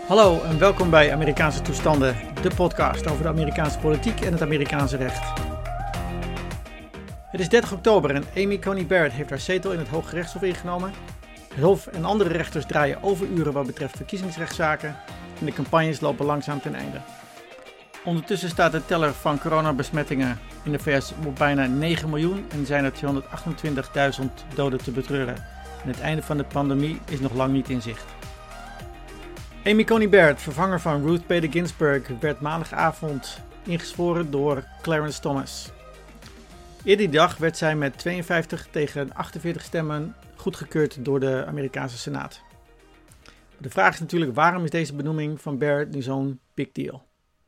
Hallo en welkom bij Amerikaanse Toestanden, de podcast over de Amerikaanse politiek en het Amerikaanse recht. Het is 30 oktober en Amy Coney Barrett heeft haar zetel in het Hoge Rechtshof ingenomen. Het Hof en andere rechters draaien overuren wat betreft verkiezingsrechtszaken en de campagnes lopen langzaam ten einde. Ondertussen staat de teller van coronabesmettingen in de VS op bijna 9 miljoen en zijn er 228.000 doden te betreuren. En het einde van de pandemie is nog lang niet in zicht. Amy Coney Barrett, vervanger van Ruth Bader Ginsburg, werd maandagavond ingezworen door Clarence Thomas. Eerder die dag werd zij met 52 tegen 48 stemmen goedgekeurd door de Amerikaanse Senaat. De vraag is natuurlijk, waarom is deze benoeming van Barrett nu zo'n big deal?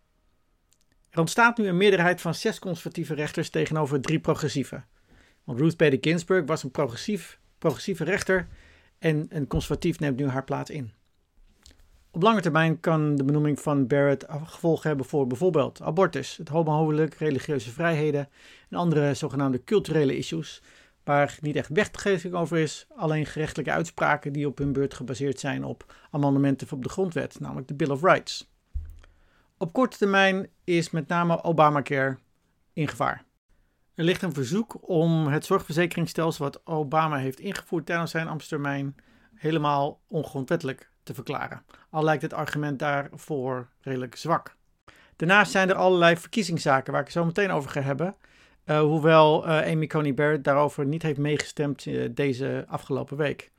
Er ontstaat nu een meerderheid van 6 conservatieve rechters tegenover 3 progressieve. Want Ruth Bader Ginsburg was een progressieve rechter en een conservatief neemt nu haar plaats in. Op lange termijn kan de benoeming van Barrett gevolgen hebben voor bijvoorbeeld abortus, het homohuwelijk, religieuze vrijheden en andere zogenaamde culturele issues, waar niet echt wetgeving over is, alleen gerechtelijke uitspraken die op hun beurt gebaseerd zijn op amendementen op de grondwet, namelijk de Bill of Rights. Op korte termijn is met name Obamacare in gevaar. Er ligt een verzoek om het zorgverzekeringsstelsel wat Obama heeft ingevoerd tijdens zijn ambtstermijn helemaal ongrondwettelijk te verklaren. Al lijkt het argument daarvoor redelijk zwak. Daarnaast zijn er allerlei verkiezingszaken waar ik het zo meteen over ga hebben. Hoewel Amy Coney Barrett daarover niet heeft meegestemd deze afgelopen week.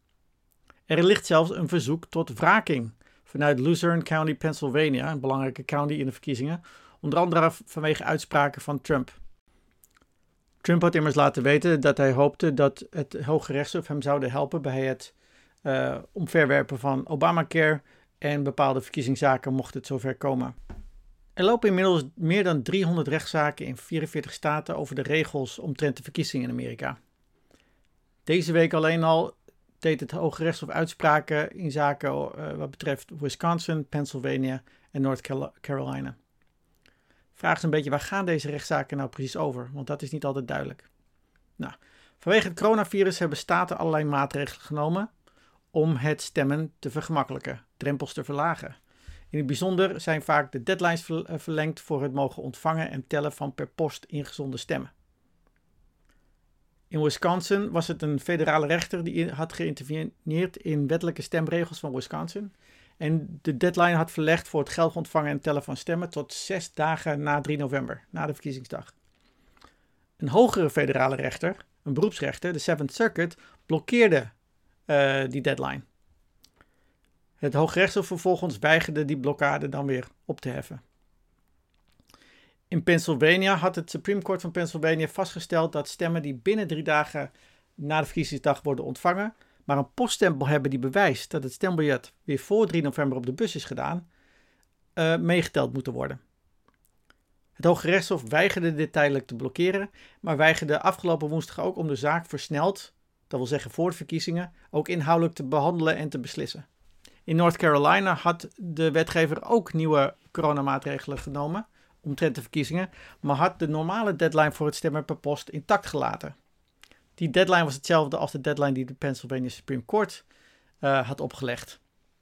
Er ligt zelfs een verzoek tot wraking vanuit Luzerne County, Pennsylvania, een belangrijke county in de verkiezingen, onder andere vanwege uitspraken van Trump. Trump had immers laten weten dat hij hoopte dat het Hoge Rechtshof hem zouden helpen bij het omverwerpen van Obamacare en bepaalde verkiezingszaken mocht het zover komen. Er lopen inmiddels meer dan 300 rechtszaken in 44 staten over de regels omtrent de verkiezingen in Amerika. Deze week alleen al deed het Hoge Rechtshof uitspraken in zaken wat betreft Wisconsin, Pennsylvania en North Carolina. De vraag is een beetje, waar gaan deze rechtszaken nou precies over? Want dat is niet altijd duidelijk. Nou, vanwege het coronavirus hebben staten allerlei maatregelen genomen om het stemmen te vergemakkelijken, drempels te verlagen. In het bijzonder zijn vaak de deadlines verlengd voor het mogen ontvangen en tellen van per post ingezonden stemmen. In Wisconsin was het een federale rechter die had geïnterveneerd in wettelijke stemregels van Wisconsin en de deadline had verlegd voor het geldig ontvangen en tellen van stemmen tot 6 dagen na 3 november, na de verkiezingsdag. Een hogere federale rechter, een beroepsrechter, de Seventh Circuit, blokkeerde die deadline. Het Hooggerechtshof vervolgens weigerde die blokkade dan weer op te heffen. In Pennsylvania had het Supreme Court van Pennsylvania vastgesteld dat stemmen die binnen 3 dagen na de verkiezingsdag worden ontvangen, maar een poststempel hebben die bewijst dat het stembiljet weer voor 3 november op de bus is gedaan, meegeteld moeten worden. Het Hooggerechtshof weigerde dit tijdelijk te blokkeren, maar weigerde afgelopen woensdag ook om de zaak versneld, dat wil zeggen voor de verkiezingen, ook inhoudelijk te behandelen en te beslissen. In North Carolina had de wetgever ook nieuwe coronamaatregelen genomen omtrent de verkiezingen, maar had de normale deadline voor het stemmen per post intact gelaten. Die deadline was hetzelfde als de deadline die de Pennsylvania Supreme Court had opgelegd.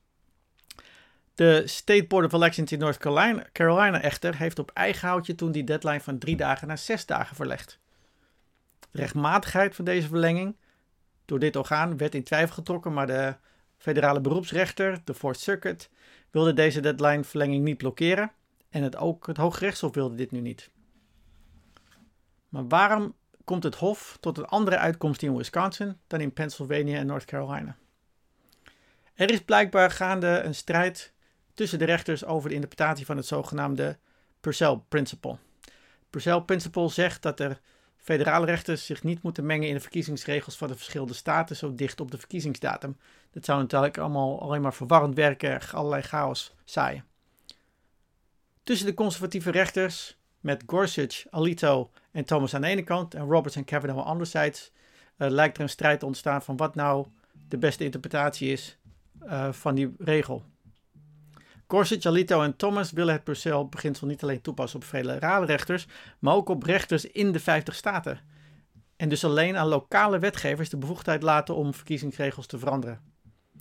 De State Board of Elections in North Carolina echter heeft op eigen houtje toen die deadline van 3 dagen naar 6 dagen verlegd. De rechtmatigheid van deze verlenging door dit orgaan werd in twijfel getrokken, maar de federale beroepsrechter, de Fourth Circuit, wilde deze deadlineverlenging niet blokkeren en het Hoge Rechtshof wilde dit nu niet. Maar waarom komt het Hof tot een andere uitkomst in Wisconsin dan in Pennsylvania en North Carolina? Er is blijkbaar gaande een strijd tussen de rechters over de interpretatie van het zogenaamde Purcell Principle. Purcell Principle zegt dat er federale rechters zich niet moeten mengen in de verkiezingsregels van de verschillende staten zo dicht op de verkiezingsdatum. Dat zou natuurlijk allemaal alleen maar verwarrend werken, allerlei chaos zaaien. Tussen de conservatieve rechters, met Gorsuch, Alito en Thomas aan de ene kant en Roberts en Kavanaugh aan de andere zijde, lijkt er een strijd te ontstaan van wat nou de beste interpretatie is van die regel. Gorsuch, Alito en Thomas willen het Purcell-beginsel niet alleen toepassen op federale rechters, maar ook op rechters in de 50 staten. En dus alleen aan lokale wetgevers de bevoegdheid laten om verkiezingsregels te veranderen.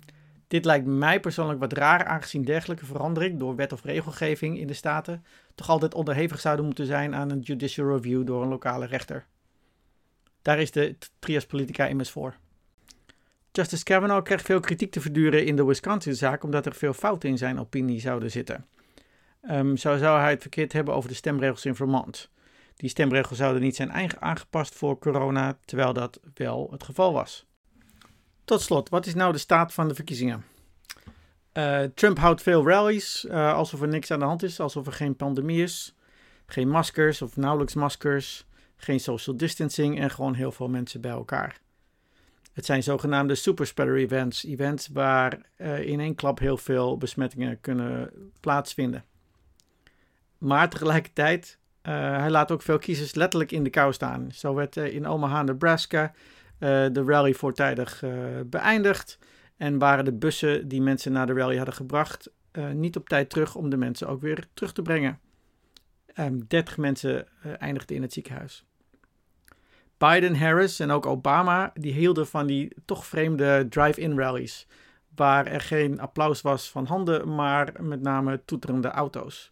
Dit lijkt mij persoonlijk wat raar, aangezien dergelijke verandering door wet of regelgeving in de staten toch altijd onderhevig zouden moeten zijn aan een judicial review door een lokale rechter. Daar is de trias politica immers voor. Justice Kavanaugh kreeg veel kritiek te verduren in de Wisconsin-zaak omdat er veel fouten in zijn opinie zouden zitten. Zo zou hij het verkeerd hebben over de stemregels in Vermont. Die stemregels zouden niet zijn aangepast voor corona, terwijl dat wel het geval was. Tot slot, wat is nou de staat van de verkiezingen? Trump houdt veel rallies, alsof er niks aan de hand is, alsof er geen pandemie is. Geen maskers of nauwelijks maskers, geen social distancing en gewoon heel veel mensen bij elkaar. Het zijn zogenaamde superspreader events waar in één klap heel veel besmettingen kunnen plaatsvinden. Maar tegelijkertijd, hij laat ook veel kiezers letterlijk in de kou staan. Zo werd in Omaha, Nebraska, de rally voortijdig beëindigd en waren de bussen die mensen naar de rally hadden gebracht niet op tijd terug om de mensen ook weer terug te brengen. 30 mensen eindigden in het ziekenhuis. Biden, Harris en ook Obama die hielden van die toch vreemde drive-in rallies, waar er geen applaus was van handen, maar met name toeterende auto's.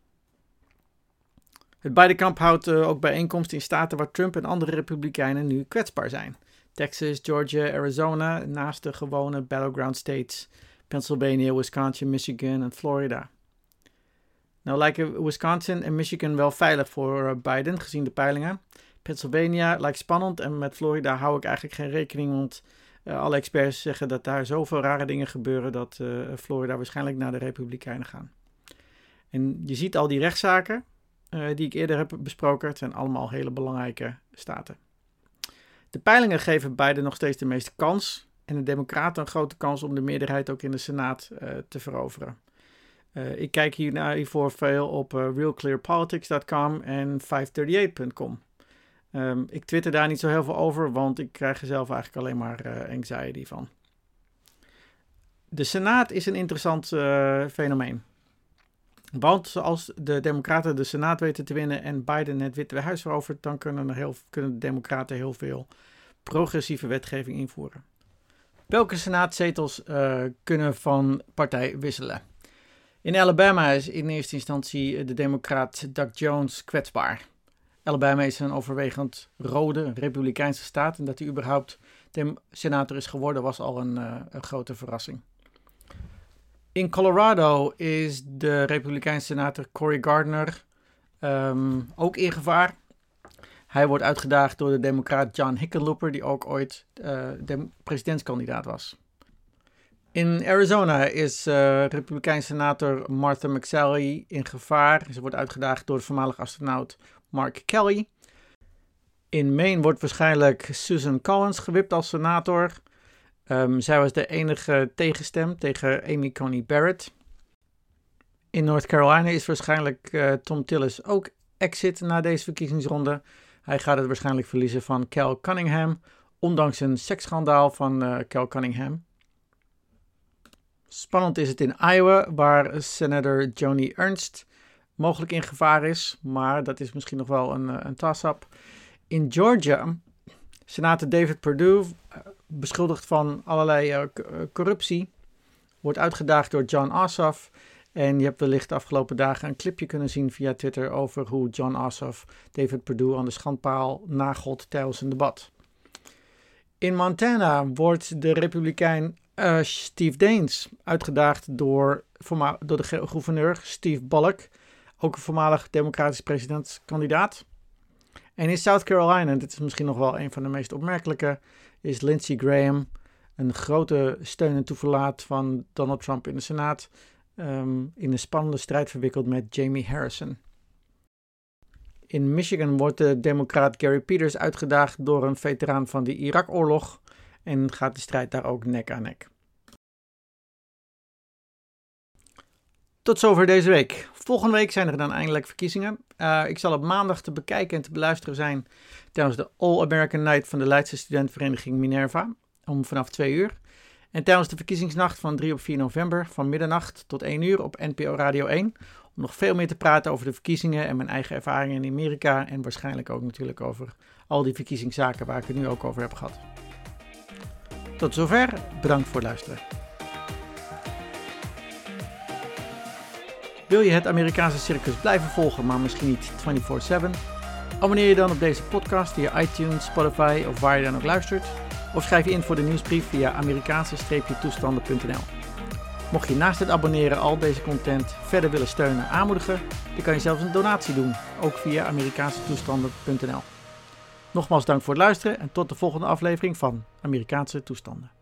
Het beide kamp houdt ook bijeenkomsten in staten waar Trump en andere republikeinen nu kwetsbaar zijn. Texas, Georgia, Arizona, naast de gewone battleground states, Pennsylvania, Wisconsin, Michigan en Florida. Nou lijken Wisconsin en Michigan wel veilig voor Biden, gezien de peilingen. Pennsylvania lijkt spannend en met Florida hou ik eigenlijk geen rekening, want alle experts zeggen dat daar zoveel rare dingen gebeuren dat Florida waarschijnlijk naar de Republikeinen gaan. En je ziet al die rechtszaken die ik eerder heb besproken, het zijn allemaal hele belangrijke staten. De peilingen geven Biden nog steeds de meeste kans en de Democraten een grote kans om de meerderheid ook in de Senaat te veroveren. Ik kijk hiervoor veel op realclearpolitics.com en 538.com. Ik twitter daar niet zo heel veel over, want ik krijg er zelf eigenlijk alleen maar anxiety van. De Senaat is een interessant fenomeen. Want als de Democraten de Senaat weten te winnen en Biden het Witte Huis verovert, dan kunnen de Democraten heel veel progressieve wetgeving invoeren. Welke Senaatzetels kunnen van partij wisselen? In Alabama is in eerste instantie de Democraat Doug Jones kwetsbaar. Alabama is een overwegend rode, republikeinse staat en dat hij überhaupt senator is geworden was al een grote verrassing. In Colorado is de republikeinse senator Cory Gardner ook in gevaar. Hij wordt uitgedaagd door de democraat John Hickenlooper, die ook ooit presidentskandidaat was. In Arizona is republikeinse senator Martha McSally in gevaar. Ze wordt uitgedaagd door de voormalige astronaut Mark Kelly. In Maine wordt waarschijnlijk Susan Collins gewipt als senator. Zij was de enige tegenstem tegen Amy Coney Barrett. In North Carolina is waarschijnlijk Tom Tillis ook exit na deze verkiezingsronde. Hij gaat het waarschijnlijk verliezen van Cal Cunningham, ondanks een seksschandaal van Cal Cunningham. Spannend is het in Iowa, waar senator Joni Ernst mogelijk in gevaar is, maar dat is misschien nog wel een toss-up. In Georgia, senator David Perdue, beschuldigd van allerlei corruptie, wordt uitgedaagd door Jon Ossoff. En je hebt wellicht de afgelopen dagen een clipje kunnen zien via Twitter over hoe Jon Ossoff David Perdue aan de schandpaal nagelt tijdens een debat. In Montana wordt de republikein Steve Daines uitgedaagd door de gouverneur Steve Bullock, ook een voormalig democratisch presidentskandidaat. En in South Carolina, dit is misschien nog wel een van de meest opmerkelijke, is Lindsey Graham, een grote steun en toeverlaat van Donald Trump in de Senaat, in een spannende strijd verwikkeld met Jamie Harrison. In Michigan wordt de democraat Gary Peters uitgedaagd door een veteraan van de Irak-oorlog en gaat de strijd daar ook nek aan nek. Tot zover deze week. Volgende week zijn er dan eindelijk verkiezingen. Ik zal op maandag te bekijken en te beluisteren zijn tijdens de All American Night van de Leidse studentenvereniging Minerva om vanaf 2 uur. En tijdens de verkiezingsnacht van 3 op 4 november van middernacht tot 1 uur op NPO Radio 1. Om nog veel meer te praten over de verkiezingen en mijn eigen ervaringen in Amerika. En waarschijnlijk ook natuurlijk over al die verkiezingszaken waar ik het nu ook over heb gehad. Tot zover. Bedankt voor het luisteren. Wil je het Amerikaanse circus blijven volgen, maar misschien niet 24/7? Abonneer je dan op deze podcast via iTunes, Spotify of waar je dan ook luistert. Of schrijf je in voor de nieuwsbrief via Amerikaanse-toestanden.nl. Mocht je naast het abonneren al deze content verder willen steunen en aanmoedigen, dan kan je zelfs een donatie doen, ook via Amerikaanse-toestanden.nl. Nogmaals dank voor het luisteren en tot de volgende aflevering van Amerikaanse Toestanden.